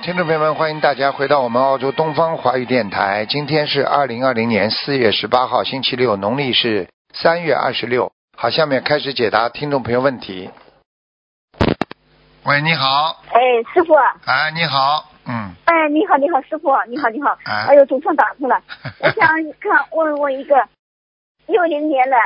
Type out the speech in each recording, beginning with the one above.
听众朋友们，欢迎大家回到我们澳洲东方华语电台。今天是2020年4月18号，星期六，农历是3月26。好，下面开始解答听众朋友问题。喂，你好。 哎，师傅。 哎，你好。 哎，你好，师傅，你好。 哎呦，总算打通了。我想问一个60年的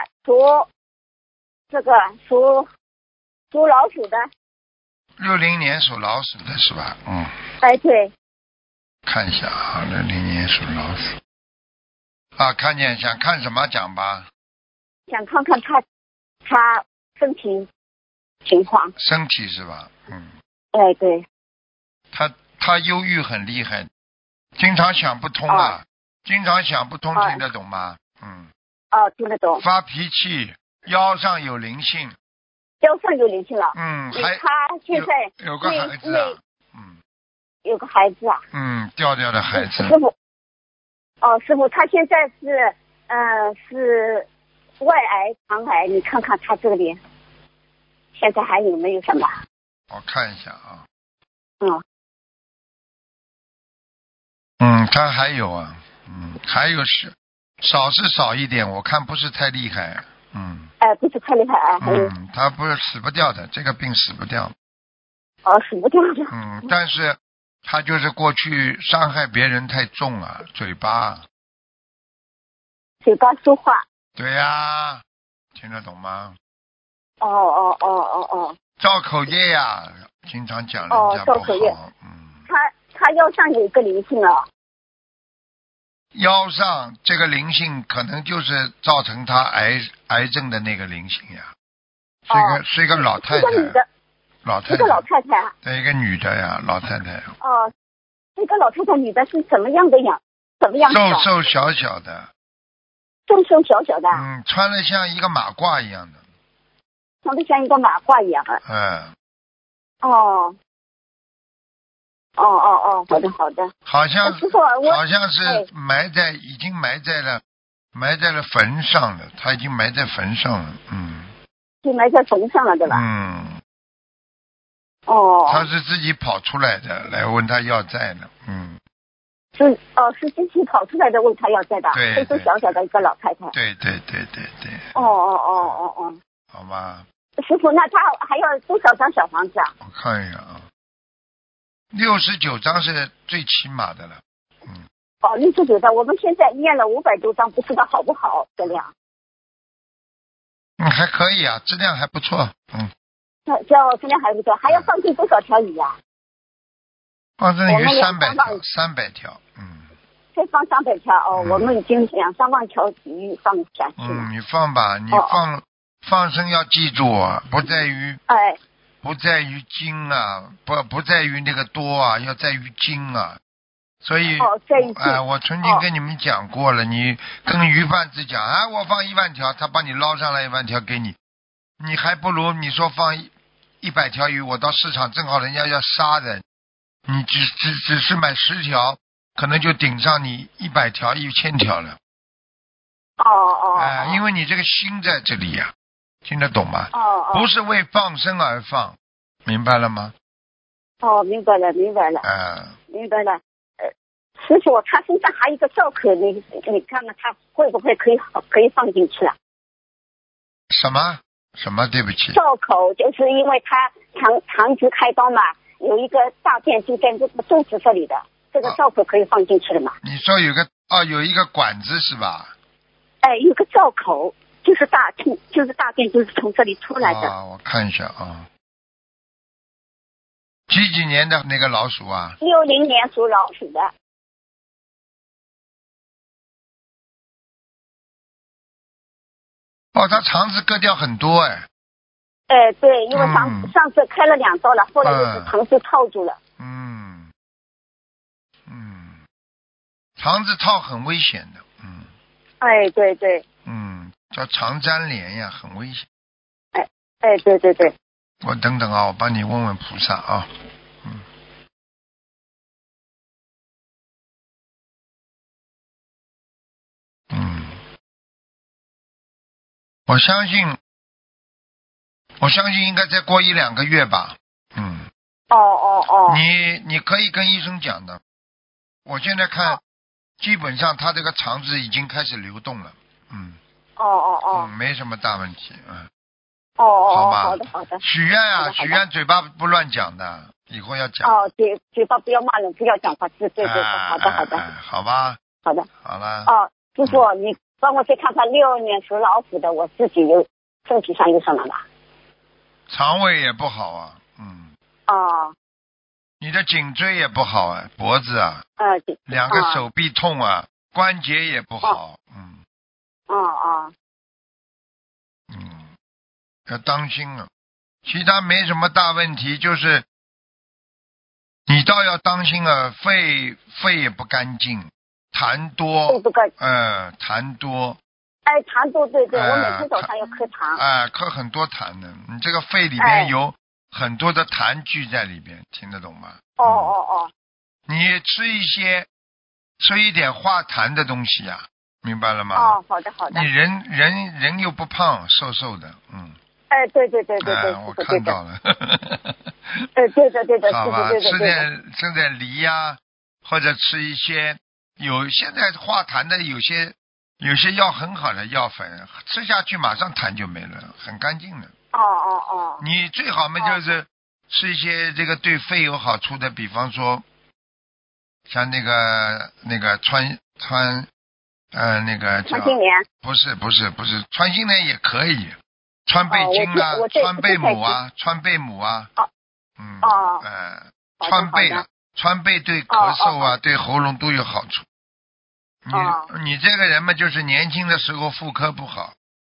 属老鼠的。 60年属老鼠的是吧？ 哎，对。 看一下啊，60年属老鼠。啊，看见，想看什么讲吧？ 想看看他身体情况。 身体是吧？ 哎，对。 他忧郁很厉害，经常想不通啊，经常想不通，听得懂吗？ 听得懂。 发脾气，腰上有灵性。 腰上有灵性了。 他现在有个孩子啊。 有个孩子啊。 掉的孩子。 师傅，他现在是外癌、肠癌，你看看他这里现在还有没有什么？ 我看一下啊。他还有啊。还有少一点，我看不是太厉害。 不是太厉害啊。 他不是死不掉的，这个病死不掉。 死不掉的。 但是他就是过去伤害别人太重了，嘴巴说话。 对呀，听得懂吗？造口业呀，经常讲人家不好。造口业。 他腰上有一个灵性啊。 腰上这个灵性可能就是造成他癌症的那个灵性呀。是一个老太太。一个老太太啊。对，一个女的呀，老太太。 这个老太太女的是什么样的样？怎么样？ 瘦小小的。 瘦小小的。 穿得像一个马褂一样的。 穿得像一个马褂一样啊。好的。 好像是已经埋在了坟上了，他已经埋在坟上了。 就埋在坟上了，对吧？ 他是自己跑出来的，来问他要债的。 是自己跑出来的问他要债的。 对， 瘦小小的一个老太太。 对。好吧。 师傅，那他还要多少张小房子啊？ 我看一下啊。69张是最起码的了。 69张，我们现在念了500多张，不知道好不好质量？ 还可以啊，质量还不错。 质量还不错，还要放进多少条鱼啊？ 放进鱼300条。 再放300条我们已经2-3万条鱼放下去了。 你放吧，你放生要记住啊，不在于斤啊，不在于那个多啊，要在于斤啊。所以我曾经跟你们讲过了，你跟鱼贩子讲我放1万条，他帮你捞上来1万条给你，你还不如你说放100条鱼，我到市场正好人家要杀的，你只是买10条，可能就顶上你100条1000条了。因为你这个心在这里呀。听得懂吗？不是为放生而放，明白了吗？ 明白了。明白了。师傅，他身上还有一个罩口，你看看他会不会可以放进去啊？ 什么？对不起。 罩口就是因为他肠子开刀嘛，有一个大便就在这个肚子这里的，这个罩口可以放进去了吗？ 你说有一个管子是吧？ 有个罩口。就是大便就是从这里出来的。 我看一下啊。几年的那个老鼠啊 ？60年属老鼠的。 他肠子割掉很多对，因为上次开了2刀了，后来就是肠子套住了。 肠子套很危险的。 对。 叫肠粘连呀，很危险。 对。 我等等啊，我帮你问问菩萨啊。我相信应该再过1-2个月吧。 你可以跟医生讲的。我现在看，基本上他这个肠子已经开始流动了。没什么大问题。好吧。 好的。 许愿啊，许愿嘴巴不乱讲的，以后要讲。 嘴巴不要骂人，不要讲话，对，好的。 好吧。 好的。 好了。 师傅，你帮我再看看62年属老虎的，我自己身体上有什么吧？ 肠胃也不好啊。你的颈椎也不好啊，脖子啊。两个手臂痛啊，关节也不好。要当心啊。其他没什么大问题，就是你倒要当心啊，肺也不干净，痰多。痰多。 痰多，对，我每天早上要喝痰。 喝很多痰的，你这个肺里面有很多的痰聚在里边，听得懂吗？你吃一点化痰的东西呀，明白了吗？ 好的。 你人又不胖，瘦瘦的。 对， 我看到了。 对， 好吧，吃点梨呀，或者吃一些现在化痰的有些药很好的药粉，吃下去马上痰就没了，很干净的。你最好嘛就是吃一些这个对肺有好处的，比方说像那个川那个叫川心莲。 不是川心莲也可以，川贝精啊，川贝母啊。川贝对咳嗽啊，对喉咙都有好处。你这个人嘛，就是年轻的时候妇科不好。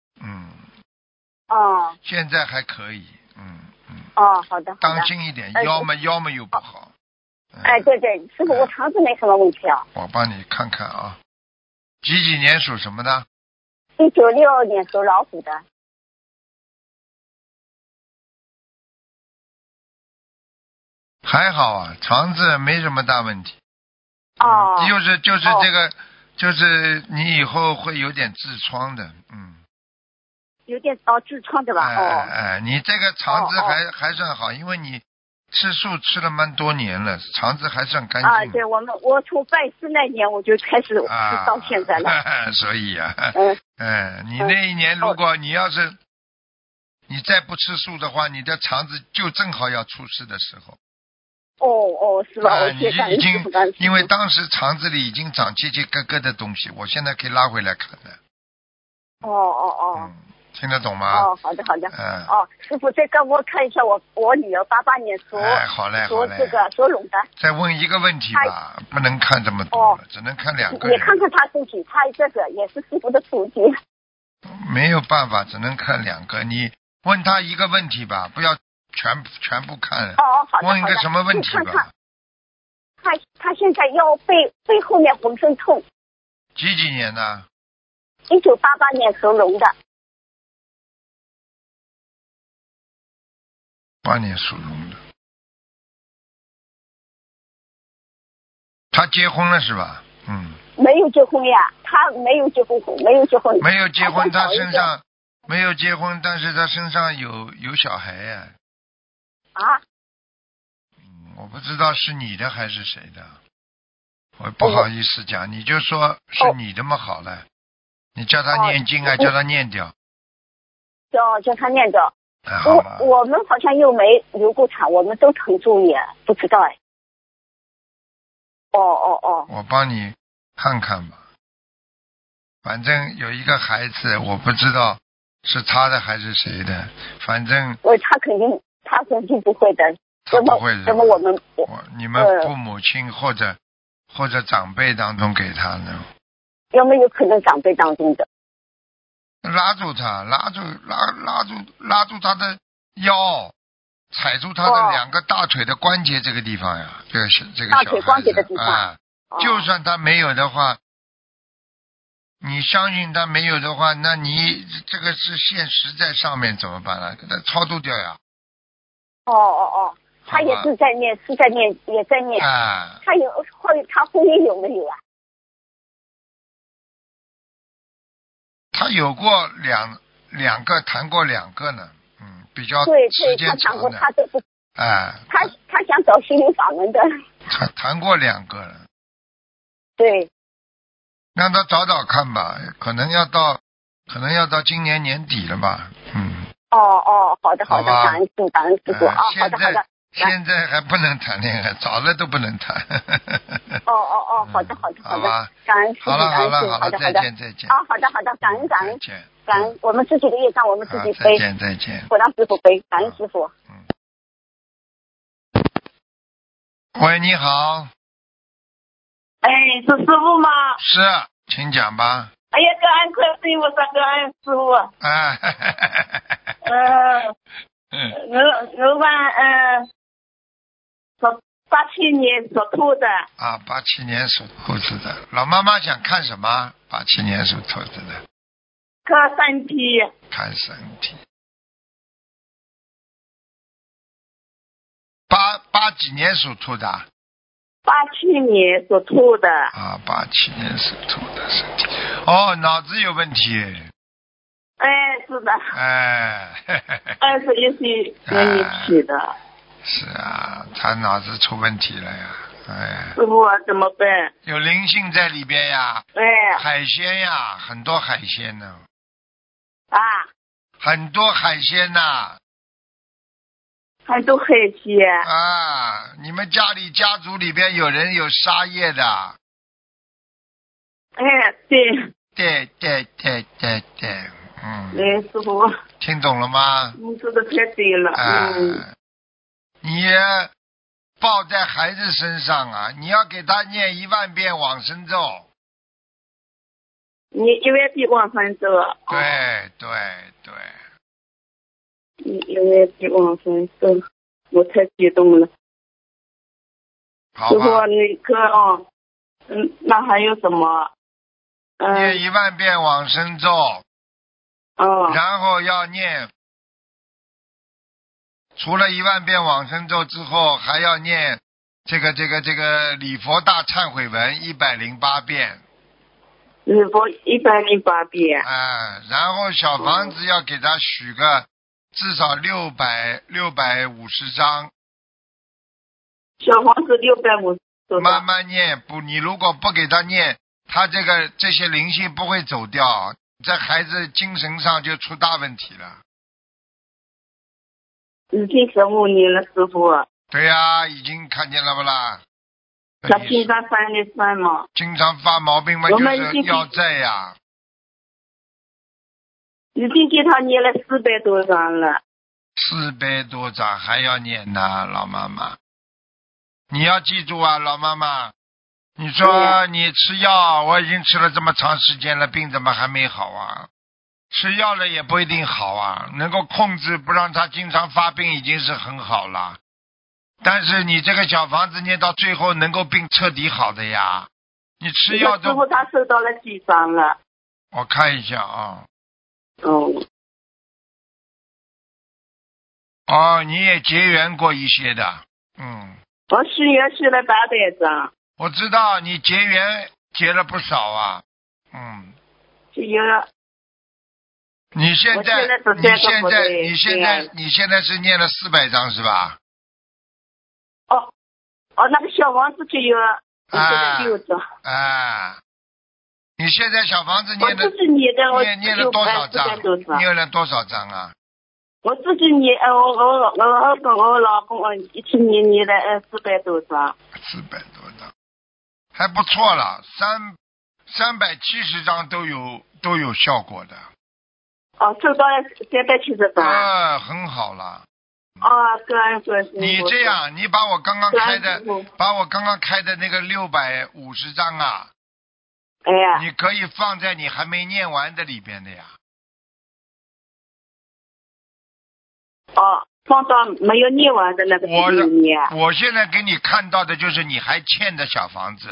现在还可以。 好的。 当心一点，腰嘛又不好。 对，师傅，我肠子没什么问题啊。 我帮你看看啊。几年属什么的 ？1962年属老虎的。 还好啊，肠子没什么大问题。就是这个，就是你以后会有点痔疮的。 有点痔疮的吧？ 你这个肠子还算好，因为你吃素吃了蛮多年了，肠子还算干净。 对，我从拜师那年我就开始吃到现在了。 所以你那一年如果你要是你再不吃素的话，你的肠子就正好要出事的时候。 是吧？ 你已经因为当时肠子里已经长结结疙疙的东西，我现在可以拉回来看的。听得懂吗？ 好的。师傅再给我看一下我女儿88年属这个属龙的。 再问一个问题吧，不能看这么多了，只能看2个人。 你看看她身体，她这个也是师傅的徒弟。 没有办法，只能看2个。你问她一个问题吧，不要全部看。 好的。 问一个什么问题吧？ 她现在腰背后面浑身痛。 几年呢 ？1988年属龙的。 8年属龙的。他结婚了是吧？ 没有结婚呀，他没有结婚。 没有结婚，他身上没有结婚，但是他身上有小孩呀。我不知道是你的还是谁的，我不好意思讲，你就说是你的嘛好了，你叫他念经啊，叫他念掉。 叫他念掉。 我们好像又没流过产，我们都很注意，不知道。 我帮你看看吧，反正有一个孩子，我不知道是他的还是谁的，反正他肯定不会的。 他不会怎么你们父母亲或者长辈当中给他呢？ 有没有可能长辈当中的？ 拉住他，拉住他的腰，踩住他的2个大腿的关节这个地方呀，这个小孩子大腿关节的地方。 就算他没有的话，你相信他没有的话，那你这个是现实在上面怎么办呢？给他超度掉呀。 他也是在念，也在念。他婚姻有没有啊？ 他有过两个谈过2个呢，比较对， 时间长的。 他谈过，他都不他想走心灵法门的。 谈过2个了。 对。 让他找找看吧，可能要到今年年底了吧。 好的，感恩师傅。好的。 现在还不能谈恋爱，早了都不能谈。 好的。感恩师傅。 好了，再见。 好的，感恩。 感恩， 我们自己的业障我们自己背。 再见。 不让师傅背，感恩师傅。 喂，你好。 是师傅吗？ 是，请讲吧。 哎呀，感恩观世音菩萨，感恩师傅。我87年属兔的。 87年属兔子的，老妈妈想看什么？87年属兔子的。 看身体。 看身体。八几年属兔的 ？87年属兔的。 87年属兔的身体。脑子有问题。 是的。21岁年起的。 是啊，他脑子出问题了呀。 师傅怎么办？ 有灵性在里边呀。海鲜呀，很多海鲜呢。很多海鲜呐。 很多海鲜。 你们家族里边有人有杀业的。 对。师傅。 听懂了吗？ 你说的太对了。 你报在孩子身上啊，你要给他念10000遍往生咒。 你10000遍往生咒。 对。 你10000遍往生咒，我太激动了。 好吧。 师傅，那个那还有什么？ 念10000遍往生咒。然后要念，除了10000遍往生咒之后，还要念这个礼佛大忏悔文108遍。 礼佛108遍。 然后小房子要给他许个至少650张。 小房子650。 慢慢念，你如果不给他念，他这些灵性不会走掉。这孩子精神上就出大问题了。 已经15年了，师傅。 对呀，已经看见了不啦？ 他经常犯的犯嘛。 经常发毛病嘛，就是要债呀。 已经给他念了400多张了。 400多张还要念呢，老妈妈。你要记住啊，老妈妈。你说你吃药，我已经吃了这么长时间了，病怎么还没好啊？吃药了也不一定好啊，能够控制不让他经常发病已经是很好了。但是你这个小房子念到最后能够病彻底好的呀。你吃药都。 师傅他收到了几张了？ 我看一下啊。你也结缘过一些的。 我许愿许了800张。 我知道你结缘结了不少啊。 就有了。 你现在是念了400张是吧？ 那个小房子就有了6张。 你现在小房子念了多少张？念了多少张啊？ 我自己念，我跟我老公一起念了400多张。 400多张，还不错了，370张都有效果的。 收到了370张。 很好了。 你这样，你把我刚刚开的那个650张啊，你可以放在你还没念完的里边的呀。 放到没有念完的那个里面。 我现在给你看到的就是你还欠的小房子。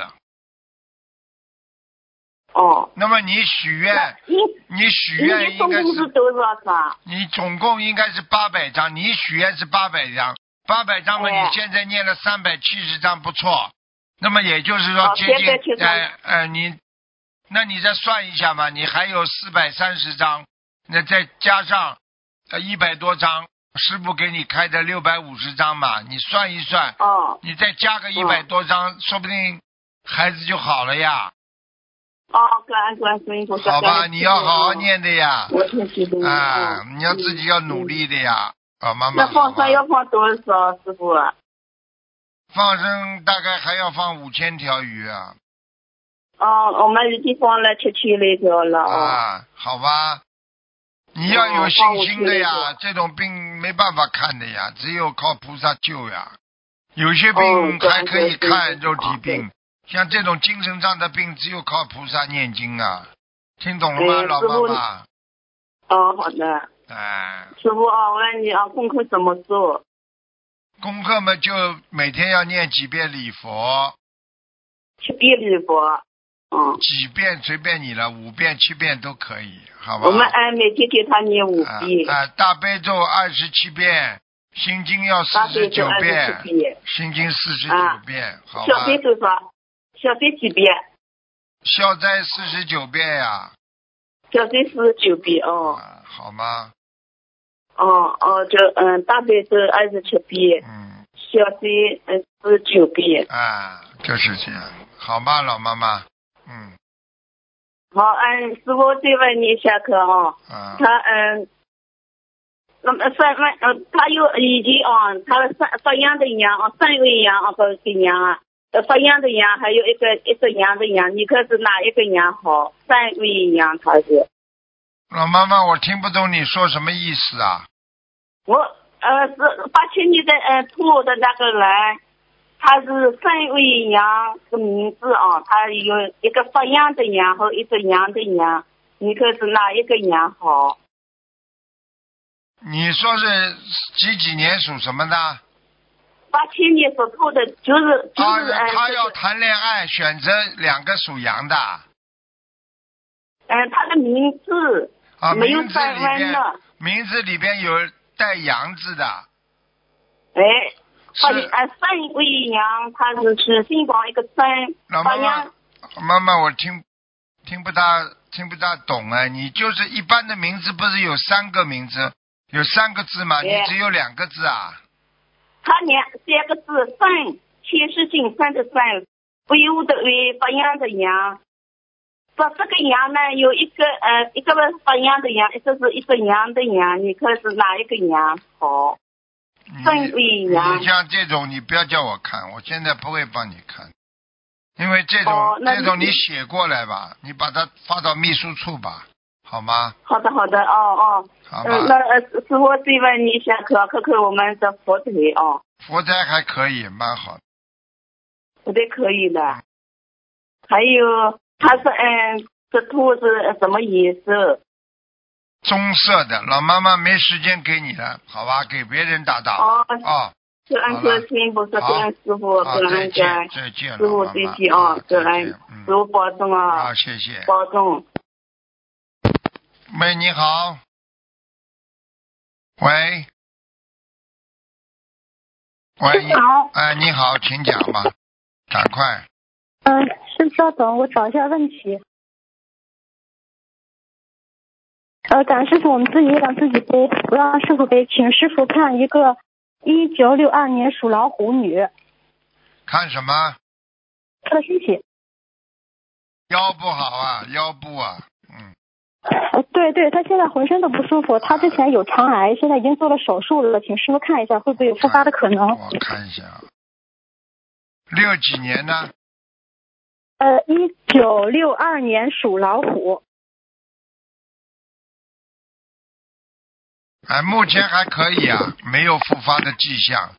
那么你许愿应该是多少张？ 你总共应该是800张，你许愿是800张，800张嘛，你现在念了370张，不错。那么也就是说接近你再算一下嘛，你还有430张，那再加上100多张， 师傅给你开的650张嘛，你算一算，你再加个100多张，说不定孩子就好了呀。 感恩师傅。 好吧，你要好好念的呀。 我挺激动的。 你要自己要努力的呀。妈妈。 那放生要放多少，师傅？ 放生大概还要放5000条鱼啊。 我们已经放了7条了。 好吧。你要有信心的呀，这种病没办法看的呀，只有靠菩萨救呀。有些病还可以看，肉体病，像这种精神上的病，只有靠菩萨念经啊。听懂了吗，老妈妈？ 好的。师傅我问你功课怎么做？ 功课嘛，就每天要念几遍礼佛。 7遍礼佛。 几遍随便你了，5遍7遍都可以，好吧？ 我们每天给他念5遍。 大悲咒27遍，心经要49遍，心经49遍，好吧？ 小悲多少？小悲几遍？ 消灾49遍呀。 小悲49遍好吗？ 就大悲咒27遍。小悲49遍。 就是这样，好吧，老妈妈。 好，师傅再问你一下课他有已经他发养的羊3位羊给羊发养的羊还有一个羊的羊，你看是哪一个羊好？3位羊他是。 老妈妈，我听不懂你说什么意思啊？ 我是87年的兔的那个人。他是3位羊的名字他有一个发羊的羊和一个羊的羊，你看是哪一个羊好？ 你说是几年属什么的 ？87年属兔的，就是他要谈恋爱，选择2个属羊的。 他的名字没有3位的。 名字里边有带羊字的。 3位羊，他是姓王一个3。 老妈妈，我听不大懂你就是一般的名字，不是有3个名字，有3个字吗？你只有2个字啊？ 他3个字3，千是金3的3，威武的威，发羊的羊。这个羊呢，有一个发羊的羊，一个是一个羊的羊，你看是哪一个羊好？3位羊。 你像这种你不要叫我看，我现在不会帮你看，因为这种你写过来吧，你把它发到秘书处吧，好吗？ 好的。好吧。那师傅再问你一下，看看我们的佛台佛台还可以，蛮好的。 佛台可以的。还有它是这兔是什么颜色？ 棕色的。老妈妈没时间给你了，好吧，给别人打。感恩观世音菩萨，感恩师傅，感恩再见， 师傅再见感恩师傅保重谢谢， 保重。 喂，你好。喂， 你好。 你好，请讲吧，赶快。 先稍等，我找一下问题。感恩师傅，我们自己让自己背，不让师傅背，请师傅看一个1962年属老虎女。 看什么？ 她的身体。 腰不好啊，腰部啊。 对，她现在浑身都不舒服，她之前有肠癌，现在已经做了手术了，请师傅看一下会不会有复发的可能。 我看一下，6几年呢 ？1962年属老虎。 目前还可以啊，没有复发的迹象。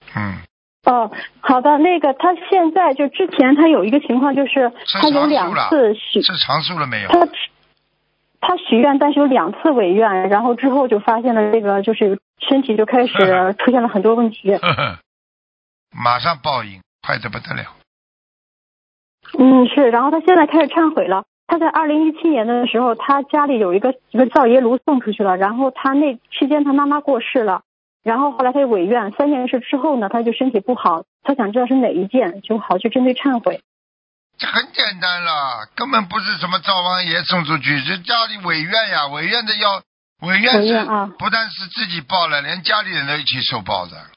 好的，那个他现在就之前他有一个情况，就是他有2次吃长素了没有？ 他许愿，但是有2次违愿，然后之后就发现了这个，就是身体就开始出现了很多问题。 马上报应，快得不得了。 是，然后他现在开始忏悔了。他在2017年的时候，他家里有一个灶爷炉送出去了，然后他那期间他妈妈过世了，然后后来他就违愿，3件事之后呢，他就身体不好，他想知道是哪一件就好去针对忏悔。 这很简单了，根本不是什么灶王爷送出去，这家里违愿呀，违愿的违愿是啊， 不但是自己报了，连家里人都一起受报的。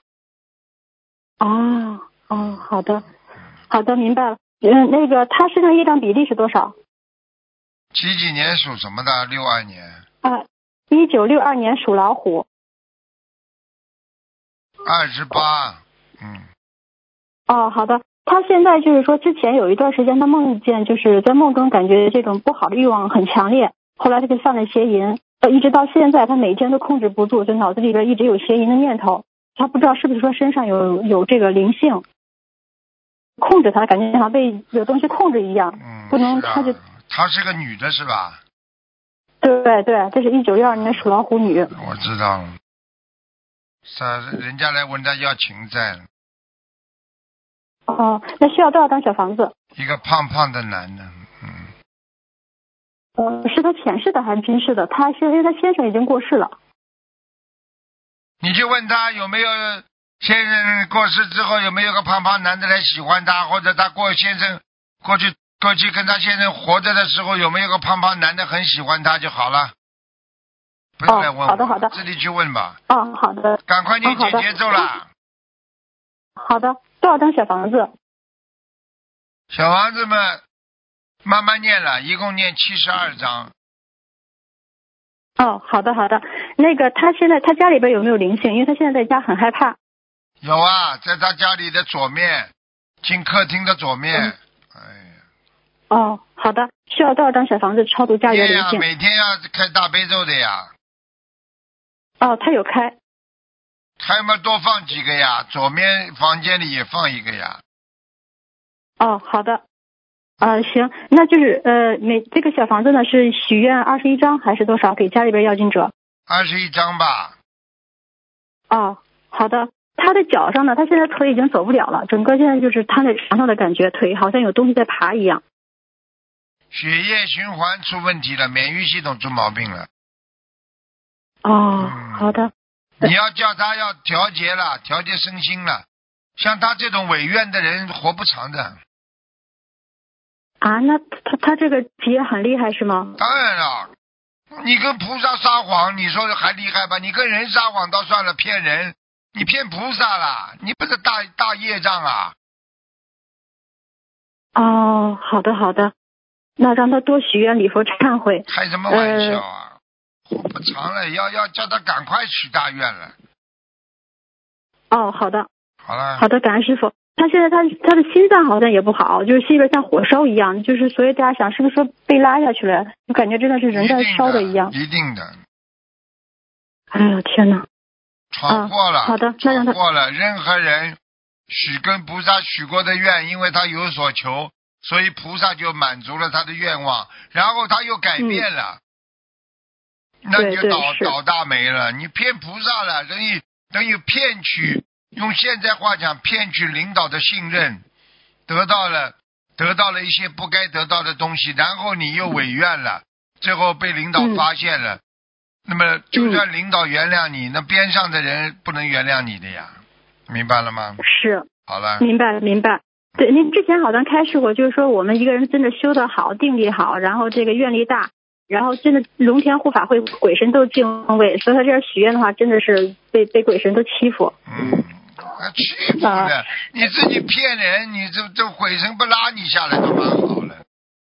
好的，好的，明白了。那个他身上业障比例是多少？ 几年属什么的？62年。 1962年属老虎。 28。 好的。他现在就是说，之前有一段时间他梦见，就是在梦中感觉这种不好的欲望很强烈，后来他就犯了邪淫，一直到现在他每天都控制不住，就脑子里边一直有邪淫的念头。他不知道是不是说身上有这个灵性控制他，感觉好像被有东西控制一样，不能他就。 她是个女的是吧？ 对，这是1962年属老虎女。 我知道了，人家来问他要情债了。 那需要多少张小房子？ 一个胖胖的男的。 是他前世的还是今世的？因为他先生已经过世了。 你就问他有没有先生过世之后有没有个胖胖男的来喜欢他，或者他先生过去跟他先生活着的时候有没有个胖胖男的很喜欢他就好了。不要来问我。 好的。 自己去问吧。 好的。 赶快念解节奏了。 好的，多少张小房子？ 小房子们慢慢念了，一共念72张。 好的。那个他现在他家里边有没有灵性？因为他现在在家很害怕。 有啊，在他家里的左面，进客厅的左面。 好的。需要多少张小房子超度家里的灵性？ 每天要开大悲咒的呀。 他有开嘛，多放几个呀，左面房间里也放一个呀。 好的。行，那就是这个小房子呢是许愿21张还是多少？给家里边要经者。 21张吧。 好的。他的脚上呢，他现在腿已经走不了了，整个现在就是瘫在床上的感觉，腿好像有东西在爬一样。 血液循环出问题了，免疫系统出毛病了。 好的。 你要叫他要调节了，调节身心了。像他这种违愿的人活不长的。 那他这个结很厉害是吗？ 当然了，你跟菩萨撒谎，你说还厉害吧？你跟人撒谎倒算了，骗人，你骗菩萨了，你不是大业障啊。 好的。那让他多许愿礼佛忏悔。 开什么玩笑啊！活不长了，要叫他赶快许大愿了。 好的。 好了。 好的，感恩师傅。他现在他的心脏好像也不好，就是心里边像火烧一样，就是所以大家想是不是说被拉下去了，就感觉真的是人在烧的一样。 一定的。 哎呀天哪！ 闯祸了。 好的，那让他闯祸了。任何人跟菩萨许过的愿，因为他有所求，所以菩萨就满足了他的愿望，然后他又改变了。那你就倒大霉了。你骗菩萨了，等于骗取。用现在话讲，骗取领导的信任，得到了一些不该得到的东西，然后你又违愿了，最后被领导发现了。那么就算领导原谅你，那边上的人不能原谅你的呀，明白了吗？ 是。 好了。 明白。对，您之前好像开示过，就是说我们一个人真的修得好，定力好，然后这个愿力大，然后真的龙天护法会鬼神都敬畏，所以他这样许愿的话，真的是被鬼神都欺负。 欺负的，你自己骗人，你这鬼神不拉你下来都蛮好了。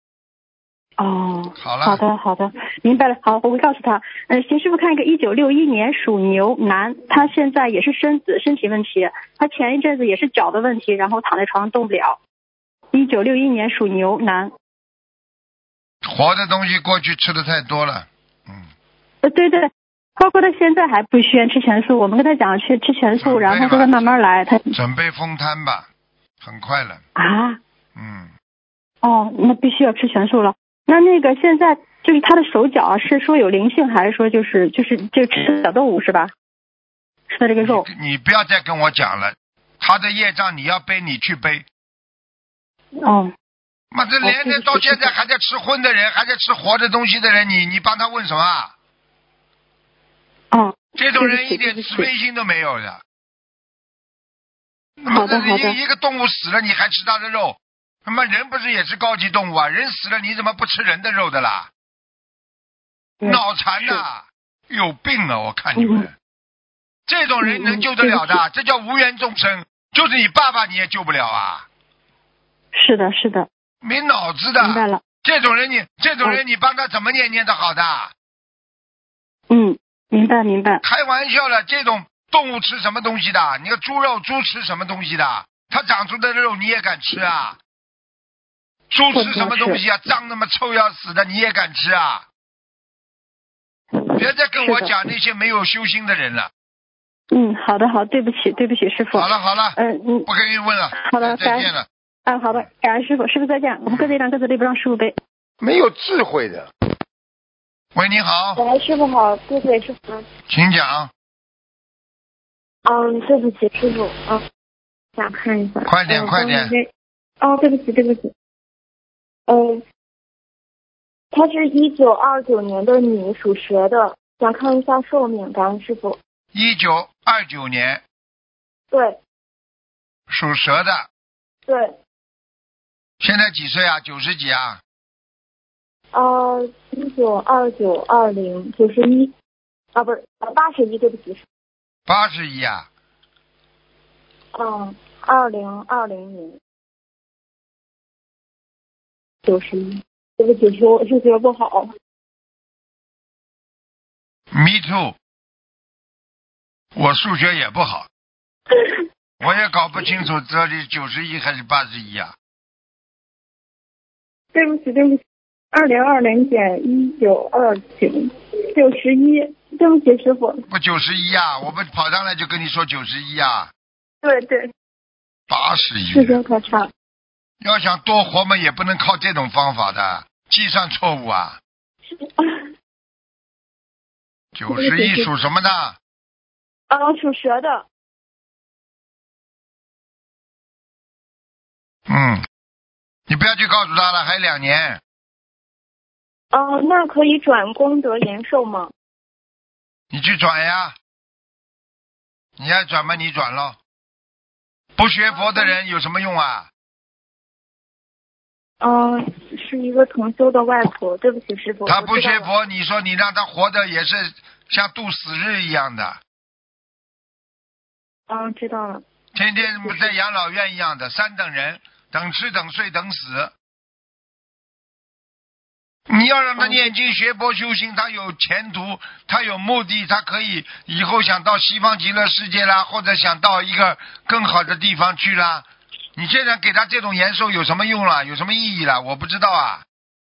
好了。 好的，明白了。好，我会告诉他。邢师傅看一个1961年属牛男，他现在也是身体问题，他前一阵子也是脚的问题，然后躺在床上动不了。1961年属牛男。 活的东西过去吃的太多了。 对，包括他现在还不需要吃全素，我们跟他讲去吃全素，然后让他慢慢来。他准备封摊吧，很快了。 那必须要吃全素了。那个现在就是他的手脚是说有灵性，还是说就是吃小动物是吧？吃的这个肉。 你不要再跟我讲了，他的业障你要背，你去背。妈这连着到现在还在吃荤的人，还在吃活的东西的人，你帮他问什么啊？这种人一点慈悲心都没有的。那么一个动物死了你还吃它的肉，那么人不是也是高级动物啊？人死了你怎么不吃人的肉的啦？脑残呐！ 有病啊！我看你们，这种人能救得了的？这叫无缘众生，就是你爸爸你也救不了啊！ 是的，是的， 没脑子的。 明白了。 这种人你帮他怎么念得好的？ 明白。 开玩笑了，这种动物吃什么东西的？你个猪吃什么东西的？它长出的肉你也敢吃啊？猪吃什么东西啊？脏那么臭要死的你也敢吃啊？别再跟我讲那些没有修心的人了。 好的，对不起师傅。 好了，不跟你问了。 好的， 再见了。 好的，感恩师傅再见。我们各自一张，各自立不让师傅背。 没有智慧的。喂，你好。 喂，师傅好，对不起师傅。 请讲。 对不起师傅，想看一下。 快点。 对不起。她是1929年的女，属蛇的，想看一下寿命，感恩师傅。 1929年。 对。 属蛇的。 对。 现在几岁啊？90几啊 ？19292091不是81，对不起。 81啊。 2020年91，对不起，我数学不好。 Me too， 我数学也不好，我也搞不清楚这里91还是81啊。 对不起，2020减1929 91，对不起师傅。 不91啊，我们跑上来就跟你说91啊。 对。 81。 时间可长。 要想多活嘛，也不能靠这种方法的，计算错误啊。91属什么的？ 属蛇的。 你不要去告诉他了，还有2年。 那可以转功德延寿吗？ 你去转呀，你要转嘛，你转咯。不学佛的人有什么用啊？ 是一个同修的外婆，对不起师傅。 他不学佛，你说你让他活的也是像度死日一样的。 知道了。 天天在养老院一样的，3等人，等吃等睡等死。你要让他念经学佛修行，他有前途，他有目的，他可以以后想到西方极乐世界啦，或者想到一个更好的地方去啦。你现在给他这种延寿有什么用了？有什么意义了？我不知道啊。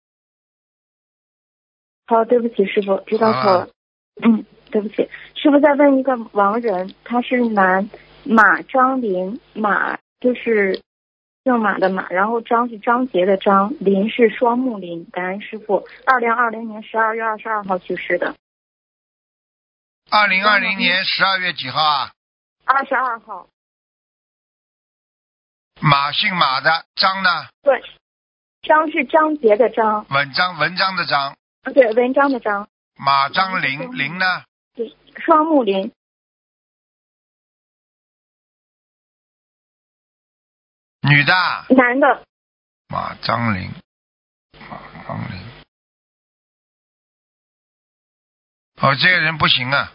好，对不起师傅，知道错了。对不起师傅。再问一个亡人，他是男，马张林，马就是姓马的马，然后张是张杰的张，林是双木林，感恩师傅。2020年12月22号去世的。 2020年12月几号啊 ？22号。 马姓马的，张呢？ 对，张是张杰的张， 文章的张。 对，文章的张。 马张林，林呢？ 对，双木林。 女的？ 男的。 马张林。这个人不行啊。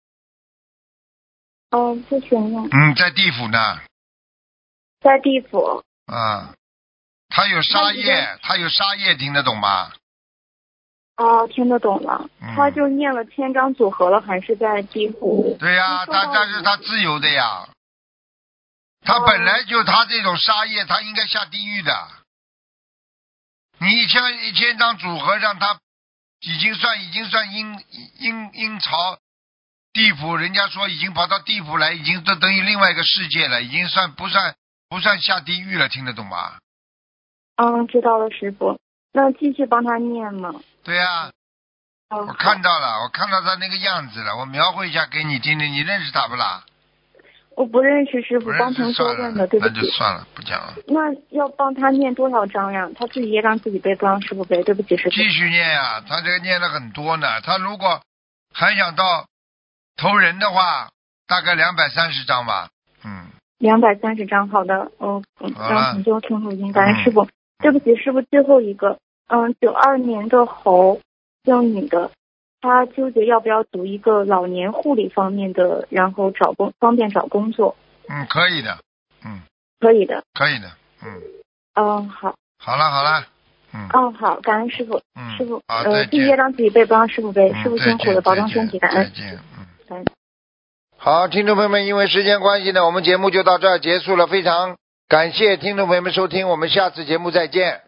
不行啊。 在地府呢。 在地府。 他有杀业，听得懂吗？ 听得懂了。他就念了1000张组合了，还是在地府。 对呀，但是他自由的呀。他本来就他这种杀业，他应该下地狱的。你1000张组合上，他已经算阴曹地府，人家说已经跑到地府来，已经都等于另外一个世界了，已经不算下地狱了，听得懂吗？ 知道了师傅。那继续帮他念吗？ 对呀。我看到了，我看到他那个样子了，我描绘一下给你听听，你认识他不啦？ 我不认识师傅，帮同学问的，对不起。 那就算了，不讲了。 那要帮他念多少章呀？他自己也让自己背，不让师傅背，对不起师傅。 继续念呀，他这个念了很多呢。他如果还想到投人的话，大概230章吧。 230章，好的。让同学听录音，感恩师傅。对不起师傅，最后一个，92年的猴，姓女的， 他纠结要不要读一个老年护理方面的，然后方便找工作。 可以的。 可以的。 可以的。 好。 好了。 好，感恩师傅。师傅， 再见。 第一页让自己背，不让师傅背。师傅辛苦了，保重身体，感恩。 再见。 感恩。 好，听众朋友们，因为时间关系呢，我们节目就到这儿结束了。非常感谢听众朋友们收听，我们下次节目再见。